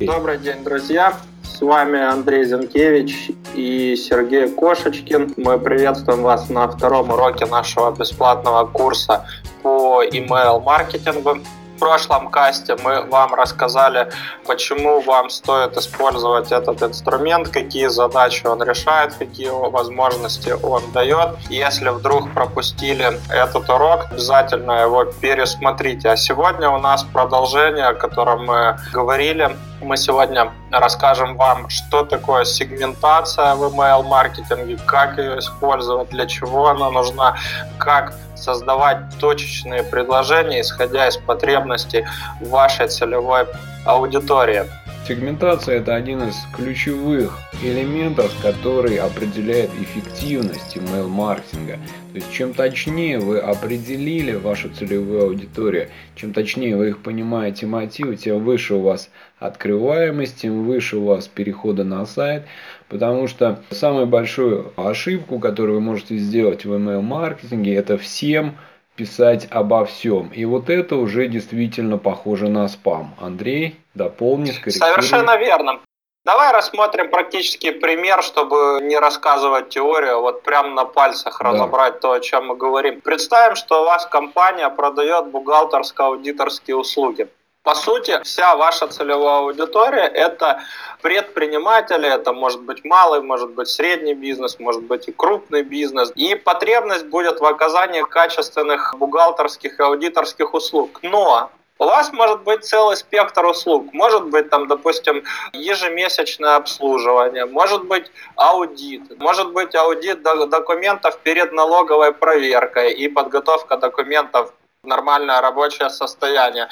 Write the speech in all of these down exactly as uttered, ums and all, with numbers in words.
Добрый день, друзья! С вами Андрей Зинкевич и Сергей Кошечкин. Мы приветствуем вас на втором уроке нашего бесплатного курса по email-маркетингу. В прошлом касте мы вам рассказали, почему вам стоит использовать этот инструмент, какие задачи он решает, какие возможности он дает. Если вдруг пропустили этот урок, обязательно его пересмотрите. А сегодня у нас продолжение, о котором мы говорили. Мы сегодня расскажем вам, что такое сегментация в email-маркетинге, как ее использовать, для чего она нужна, как создавать точечные предложения, исходя из потребностей вашей целевой аудитории. Сегментация – это один из ключевых элементов, который определяет эффективность email-маркетинга. То есть, чем точнее вы определили вашу целевую аудиторию, чем точнее вы их понимаете мотивы, тем выше у вас открываемость, тем выше у вас переходы на сайт. Потому что самую большую ошибку, которую вы можете сделать в email-маркетинге, это всем писать обо всем. И вот это уже действительно похоже на спам. Андрей, дополни, скорректируй. Совершенно верно. Давай рассмотрим практический пример, чтобы не рассказывать теорию, вот прямо на пальцах да. разобрать то, о чем мы говорим. Представим, что у вас компания продает бухгалтерско-аудиторские услуги. По сути, вся ваша целевая аудитория – это предприниматели, это может быть малый, может быть средний бизнес, может быть и крупный бизнес. И потребность будет в оказании качественных бухгалтерских и аудиторских услуг. Но у вас может быть целый спектр услуг. Может быть, там, допустим, ежемесячное обслуживание, может быть аудит, может быть аудит документов перед налоговой проверкой и подготовка документов в нормальное рабочее состояние.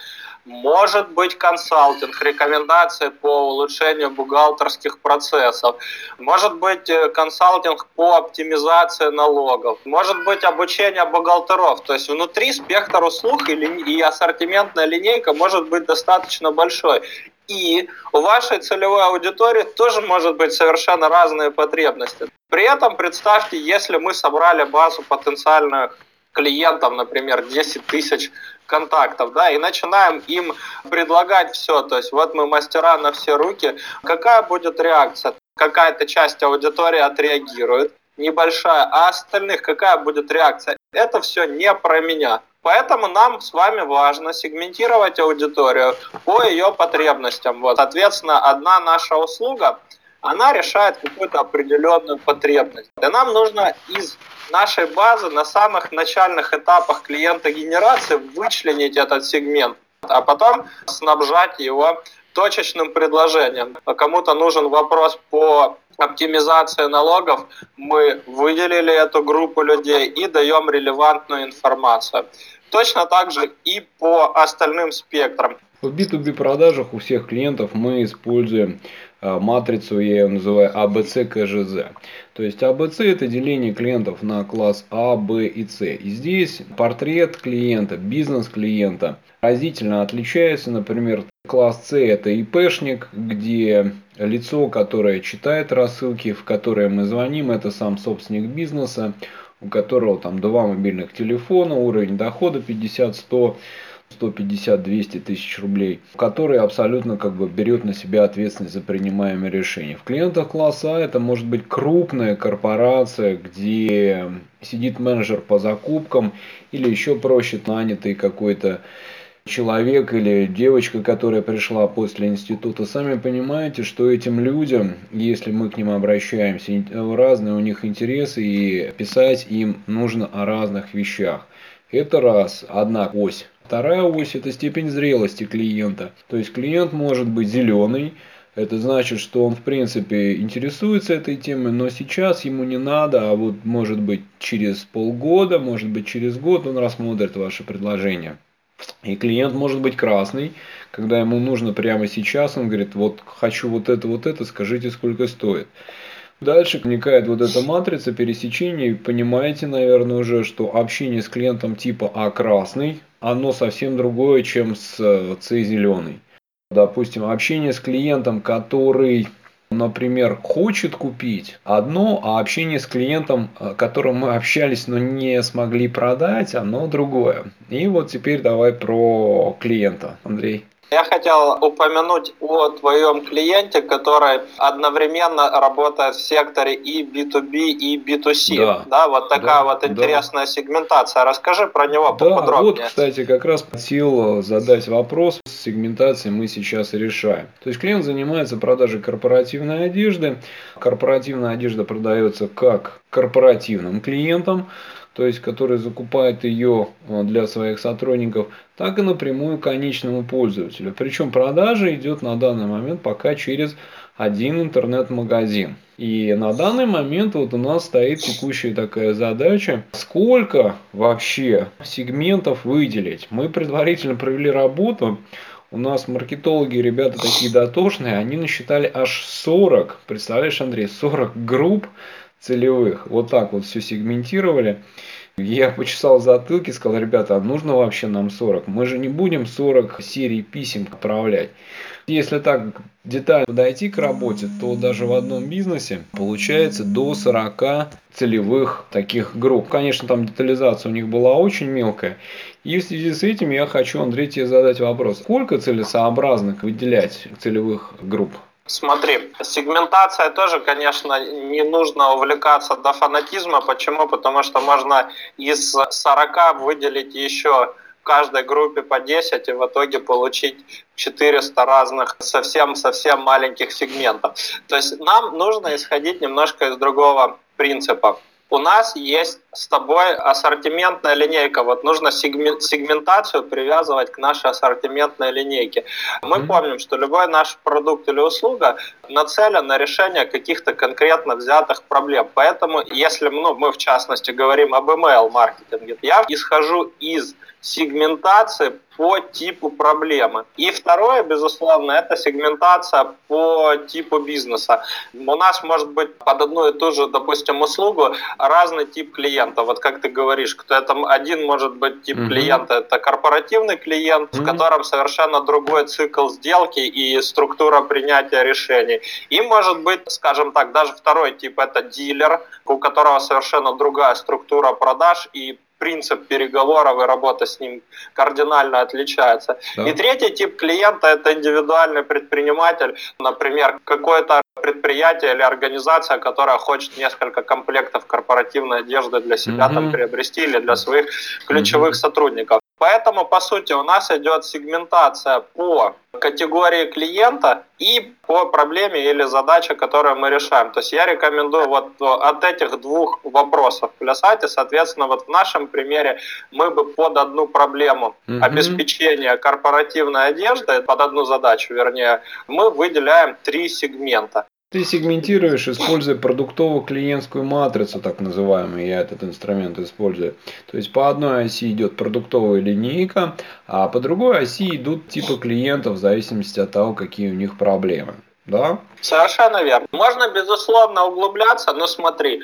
Может быть консалтинг, рекомендации по улучшению бухгалтерских процессов. Может быть консалтинг по оптимизации налогов. Может быть обучение бухгалтеров. То есть внутри спектр услуг и, ли... и ассортиментная линейка может быть достаточно большой. И у вашей целевой аудитории тоже может быть совершенно разные потребности. При этом представьте, если мы собрали базу потенциальных клиентов, например, десять тысяч контактов, да, и начинаем им предлагать все, то есть вот мы мастера на все руки, какая будет реакция? Какая-то часть аудитории отреагирует, небольшая, а остальных какая будет реакция? Это все не про меня. Поэтому нам с вами важно сегментировать аудиторию по ее потребностям. Вот, соответственно, одна наша услуга, она решает какую-то определенную потребность. И нам нужно из нашей базы на самых начальных этапах клиентогенерации вычленить этот сегмент, а потом снабжать его точечным предложением. Кому-то нужен вопрос по оптимизации налогов, мы выделили эту группу людей и даем релевантную информацию. Точно так же и по остальным спектрам. В би ту би продажах у всех клиентов мы используем матрицу, я ее называю а бэ цэ ка жэ зэ. То есть а бэ цэ это деление клиентов на класс А, Б и С. И здесь портрет клиента, бизнес клиента разительно отличается. Например, класс С это и пэ-шник, где лицо, которое читает рассылки, в которые мы звоним, это сам собственник бизнеса, у которого там два мобильных телефона, уровень дохода пятьдесят, сто, сто пятьдесят, двести тысяч рублей, который абсолютно как бы берет на себя ответственность за принимаемые решения. В клиентах класса А это может быть крупная корпорация, где сидит менеджер по закупкам или еще проще нанятый какой-то человек или девочка, которая пришла после института. Сами понимаете, что этим людям, если мы к ним обращаемся, разные у них интересы, и писать им нужно о разных вещах. Это раз, одна ось. Вторая ось – это степень зрелости клиента. То есть клиент может быть зеленый. Это значит, что он в принципе интересуется этой темой, но сейчас ему не надо, а вот может быть через полгода, может быть через год он рассмотрит ваше предложение. И клиент может быть красный, когда ему нужно прямо сейчас, он говорит, вот хочу вот это, вот это, скажите, сколько стоит. Дальше вникает вот эта матрица пересечения, и понимаете, наверное, уже, что общение с клиентом типа А красный, оно совсем другое, чем с С зеленый. Допустим, общение с клиентом, который, например, хочет купить одно, а общение с клиентом, которым мы общались, но не смогли продать, оно другое. И вот теперь давай про клиента, Андрей. Я хотел упомянуть о твоем клиенте, который одновременно работает в секторе и би ту би, и би ту си. Да, да вот такая да, вот да. интересная сегментация. Расскажи про него Да, поподробнее. вот, кстати, как раз хотел задать вопрос. С сегментацией мы сейчас решаем. То есть клиент занимается продажей корпоративной одежды. Корпоративная одежда продается как корпоративным клиентам, то есть которые закупают ее для своих сотрудников, так и напрямую конечному пользователю. Причем продажа идет на данный момент пока через один интернет-магазин. И на данный момент вот у нас стоит текущая такая задача, сколько вообще сегментов выделить. Мы предварительно провели работу. У нас маркетологи, ребята такие дотошные, они насчитали аж сорок, представляешь, Андрей, сорок групп целевых. Вот так вот все сегментировали. Я почесал в затылке и сказал: ребята, а нужно вообще нам сорок? Мы же не будем сорок серий писем отправлять. Если так детально подойти к работе, то даже в одном бизнесе получается до сорока целевых таких групп. Конечно, там детализация у них была очень мелкая. И в связи с этим я хочу, Андрей, тебе задать вопрос. Сколько целесообразно выделять целевых групп? Смотри, сегментация тоже, конечно, не нужно увлекаться до фанатизма. Почему? Потому что можно из сорока выделить еще в каждой группе по десять и в итоге получить четыреста разных совсем-совсем маленьких сегментов. То есть нам нужно исходить немножко из другого принципа. У нас есть с тобой ассортиментная линейка. Вот нужно сегментацию привязывать к нашей ассортиментной линейке. Мы mm-hmm. помним, что любой наш продукт или услуга нацелен на решение каких-то конкретно взятых проблем. Поэтому, если ну, мы в частности говорим об email-маркетинге, я исхожу из сегментации по типу проблемы. И второе, безусловно, это сегментация по типу бизнеса. У нас может быть под одну и ту же, допустим, услугу разный тип клиента. Вот как ты говоришь, кто это один может быть тип mm-hmm. клиента, это корпоративный клиент, mm-hmm. в котором совершенно другой цикл сделки и структура принятия решений. И может быть, скажем так, даже второй тип это дилер, у которого совершенно другая структура продаж и принцип переговоров и работа с ним кардинально отличается. Да. И третий тип клиента – это индивидуальный предприниматель, например, какое-то предприятие или организация, которая хочет несколько комплектов корпоративной одежды для себя mm-hmm. там приобрести или для своих ключевых mm-hmm. сотрудников. Поэтому, по сути, у нас идет сегментация по категории клиента и по проблеме или задаче, которую мы решаем. То есть я рекомендую вот от этих двух вопросов плясать, и, соответственно, вот в нашем примере мы бы под одну проблему mm-hmm. обеспечения корпоративной одежды, под одну задачу, вернее, мы выделяем три сегмента. Ты сегментируешь, используя продуктово-клиентскую матрицу, так называемую, я этот инструмент использую. То есть по одной оси идет продуктовая линейка, а по другой оси идут типы клиентов в зависимости от того, какие у них проблемы. Да? Совершенно верно. Можно, безусловно, углубляться, но смотри.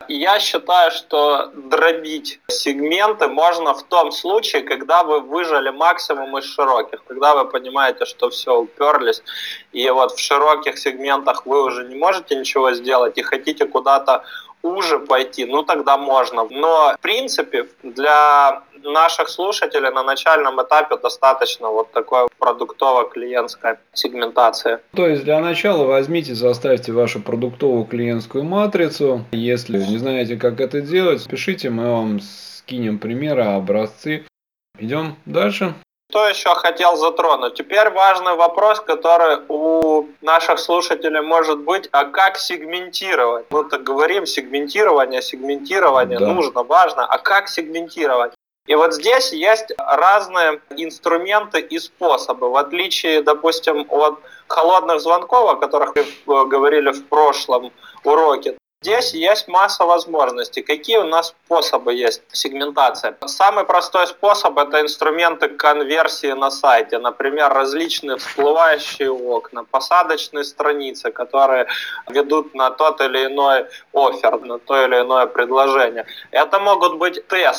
Я считаю, что дробить сегменты можно в том случае, когда вы выжали максимум из широких, когда вы понимаете, что все, уперлись, и вот в широких сегментах вы уже не можете ничего сделать и хотите куда-то уже пойти, ну тогда можно. Но в принципе для наших слушателей на начальном этапе достаточно вот такой продуктово-клиентской сегментации. То есть для начала возьмите, составьте вашу продуктовую клиентскую матрицу. Если не знаете, как это делать, пишите, мы вам скинем примеры, образцы. Идем дальше. Что еще хотел затронуть? Теперь важный вопрос, который у наших слушателей может быть, а как сегментировать? Мы так говорим, сегментирование, сегментирование да. нужно, важно, а как сегментировать? И вот здесь есть разные инструменты и способы. В отличие, допустим, от холодных звонков, о которых мы говорили в прошлом уроке, здесь есть масса возможностей. Какие у нас способы есть сегментации? Самый простой способ – это инструменты конверсии на сайте. Например, различные всплывающие окна, посадочные страницы, которые ведут на тот или иной оффер, на то или иное предложение. Это могут быть тесты.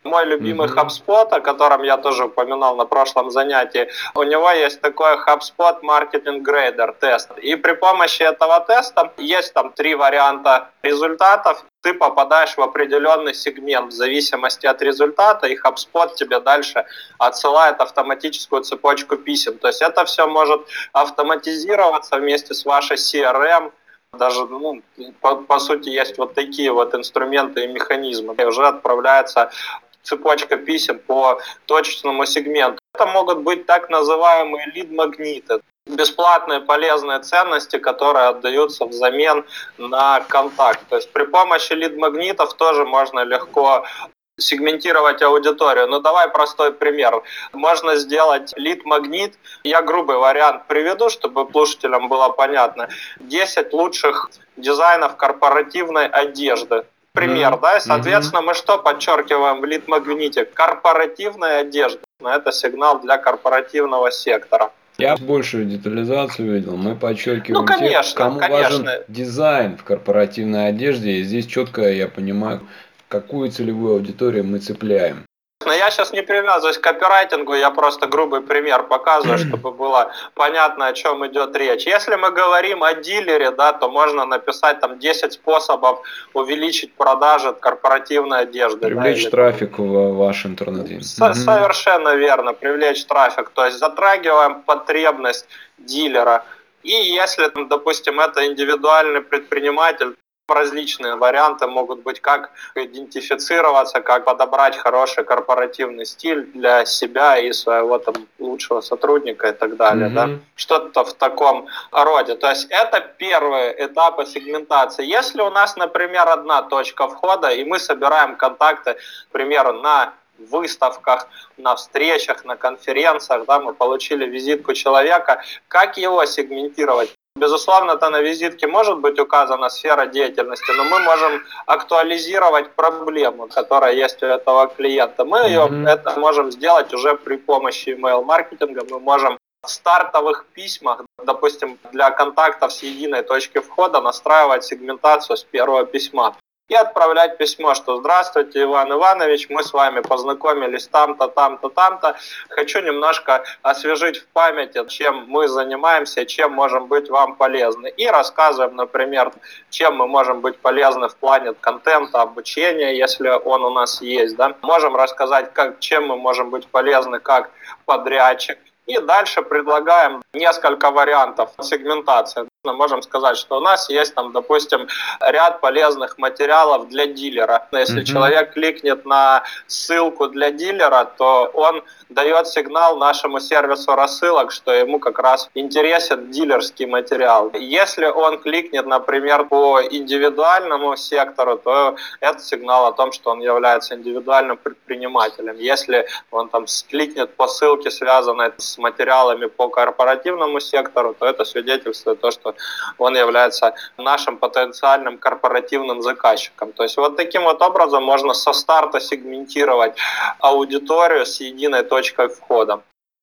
Мой любимый Мгм. HubSpot, о котором я тоже упоминал на прошлом занятии, у него есть такой HubSpot Marketing Grader тест. И при помощи этого теста есть там три варианта результатов. Ты попадаешь в определенный сегмент в зависимости от результата, и HubSpot тебе дальше отсылает автоматическую цепочку писем. То есть это все может автоматизироваться вместе с вашей си ар эм. Даже, ну, по, по сути, есть вот такие вот инструменты и механизмы. И уже отправляется цепочка писем по точечному сегменту. Это могут быть так называемые лид-магниты. Бесплатные полезные ценности, которые отдаются взамен на контакт. То есть при помощи лид-магнитов тоже можно легко сегментировать аудиторию. Ну, давай простой пример. Можно сделать лид-магнит. Я грубый вариант приведу, чтобы слушателям было понятно. десять лучших дизайнов корпоративной одежды. Пример, Мгм. да, и, Мгм. соответственно, мы что подчеркиваем в лид-магните? Корпоративная одежда. Это сигнал для корпоративного сектора. Я большую детализацию видел. Мы Ну, подчеркиваем тех, конечно, кому важен конечно. дизайн в корпоративной одежде. И здесь четко я понимаю, какую целевую аудиторию мы цепляем. Но я сейчас не привязываюсь к копирайтингу, я просто грубый пример показываю, чтобы было понятно, о чем идет речь. Если мы говорим о дилере, да, то можно написать там десять способов увеличить продажи корпоративной одежды. Привлечь да, трафик в ваш интернет. Со- совершенно верно, привлечь трафик. То есть затрагиваем потребность дилера. И если, допустим, это индивидуальный предприниматель, различные варианты могут быть, как идентифицироваться, как подобрать хороший корпоративный стиль для себя и своего там лучшего сотрудника и так далее. Мгм. Да? Что-то в таком роде. То есть это первые этапы сегментации. Если у нас, например, одна точка входа, и мы собираем контакты, к примеру, на выставках, на встречах, на конференциях, да, мы получили визитку человека, как его сегментировать? Безусловно, то на визитке может быть указана сфера деятельности, но мы можем актуализировать проблему, которая есть у этого клиента. Мы ее Мгм. это можем сделать уже при помощи email-маркетинга. Мы можем в стартовых письмах, допустим, для контактов с единой точки входа настраивать сегментацию с первого письма. И отправлять письмо, что «Здравствуйте, Иван Иванович, мы с вами познакомились там-то, там-то, там-то. Хочу немножко освежить в памяти, чем мы занимаемся, чем можем быть вам полезны». И рассказываем, например, чем мы можем быть полезны в плане контента, обучения, если он у нас есть. Да? Можем рассказать, как, чем мы можем быть полезны как подрядчик. И дальше предлагаем несколько вариантов сегментации. Мы можем сказать, что у нас есть, там, допустим, ряд полезных материалов для дилера. Если Мгм. человек кликнет на ссылку для дилера, то он дает сигнал нашему сервису рассылок, что ему как раз интересен дилерский материал. Если он кликнет, например, по индивидуальному сектору, то это сигнал о том, что он является индивидуальным предпринимателем. Если он там кликнет по ссылке, связанной с материалами по корпоративному сектору, то это свидетельствует то, что он является нашим потенциальным корпоративным заказчиком. То есть вот таким вот образом можно со старта сегментировать аудиторию с единой точкой входа.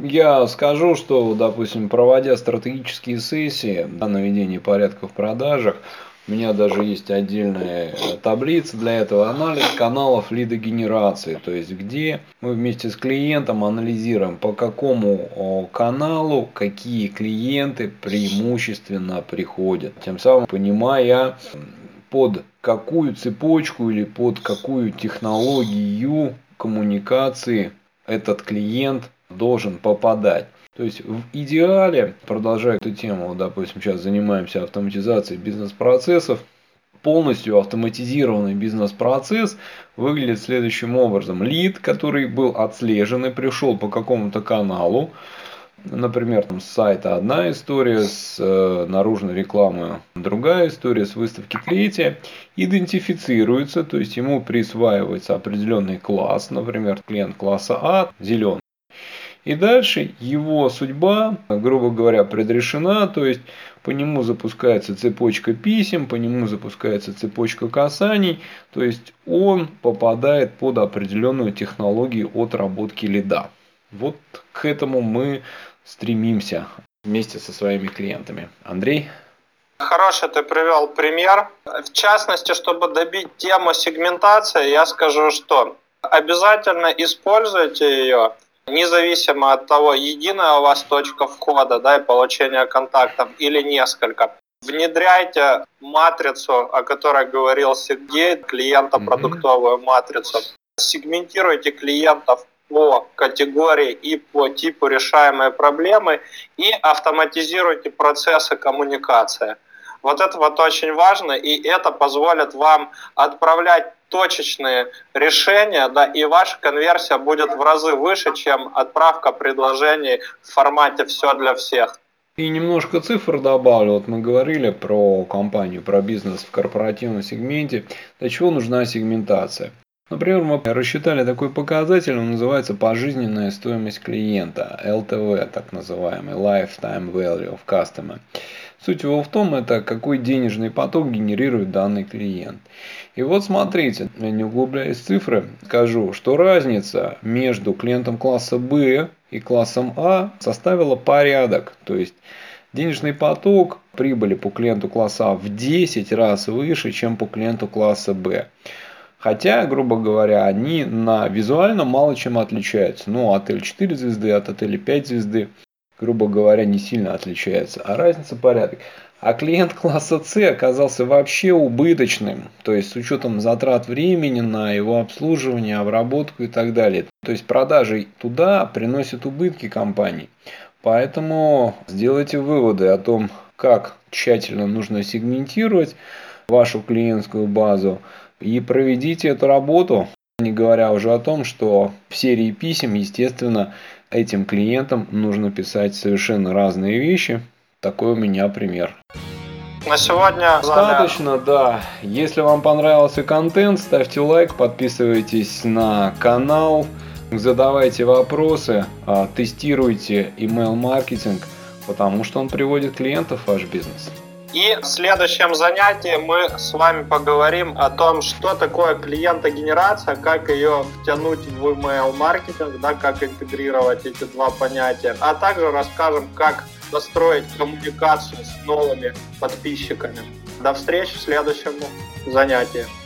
Я скажу, что, допустим, проводя стратегические сессии на наведение порядка в продажах, у меня даже есть отдельная таблица для этого, анализ каналов лидогенерации, то есть где мы вместе с клиентом анализируем, по какому каналу какие клиенты преимущественно приходят, тем самым понимая, под какую цепочку или под какую технологию коммуникации этот клиент должен попадать. То есть в идеале, продолжая эту тему, допустим, сейчас занимаемся автоматизацией бизнес-процессов, полностью автоматизированный бизнес-процесс выглядит следующим образом. Лид, который был отслежен и пришел по какому-то каналу, например, там, с сайта одна история, с э, наружной рекламы другая история, с выставки третья, идентифицируется, то есть ему присваивается определенный класс, например, клиент класса А, зеленый. И дальше его судьба, грубо говоря, предрешена, то есть по нему запускается цепочка писем, по нему запускается цепочка касаний, то есть он попадает под определенную технологию отработки лида. Вот к этому мы стремимся вместе со своими клиентами. Андрей? Хороший ты привел пример. В частности, чтобы добить тему сегментации, я скажу, что Обязательно используйте ее, независимо от того, единая у вас точка входа, да, и получения контактов или несколько. Внедряйте матрицу, о которой говорил Сергей, клиентопродуктовую матрицу. Сегментируйте клиентов по категории и по типу решаемой проблемы и автоматизируйте процессы коммуникации. Вот это вот очень важно, и это позволит вам отправлять точечные решения, да, и ваша конверсия будет в разы выше, чем отправка предложений в формате «все для всех». И немножко цифр добавлю. Вот мы говорили про компанию, про бизнес в корпоративном сегменте. Для чего нужна сегментация? Например, мы рассчитали такой показатель, он называется пожизненная стоимость клиента, эл ти ви, так называемый, Lifetime Value of Customer. Суть его в том, это какой денежный поток генерирует данный клиент. И вот смотрите, не углубляясь в цифры, скажу, что разница между клиентом класса Б и классом А составила порядок. То есть денежный поток прибыли по клиенту класса А в десять раз выше, чем по клиенту класса Б. Хотя, грубо говоря, они на визуально мало чем отличаются. Ну, отель четыре звезды от отеля пять звезды, грубо говоря, не сильно отличается. А разница порядок. А клиент класса С оказался вообще убыточным. То есть с учетом затрат времени на его обслуживание, обработку и так далее. То есть продажи туда приносят убытки компании. Поэтому сделайте выводы о том, как тщательно нужно сегментировать вашу клиентскую базу. И проведите эту работу, не говоря уже о том, что в серии писем, естественно, этим клиентам нужно писать совершенно разные вещи. Такой у меня пример. На сегодня достаточно, да. Если вам понравился контент, ставьте лайк, подписывайтесь на канал, задавайте вопросы, тестируйте email-маркетинг, потому что он приводит клиентов в ваш бизнес. И в следующем занятии мы с вами поговорим о том, что такое клиентогенерация, как ее втянуть в email-маркетинг, да, как интегрировать эти два понятия, а также расскажем, как настроить коммуникацию с новыми подписчиками. До встречи в следующем занятии.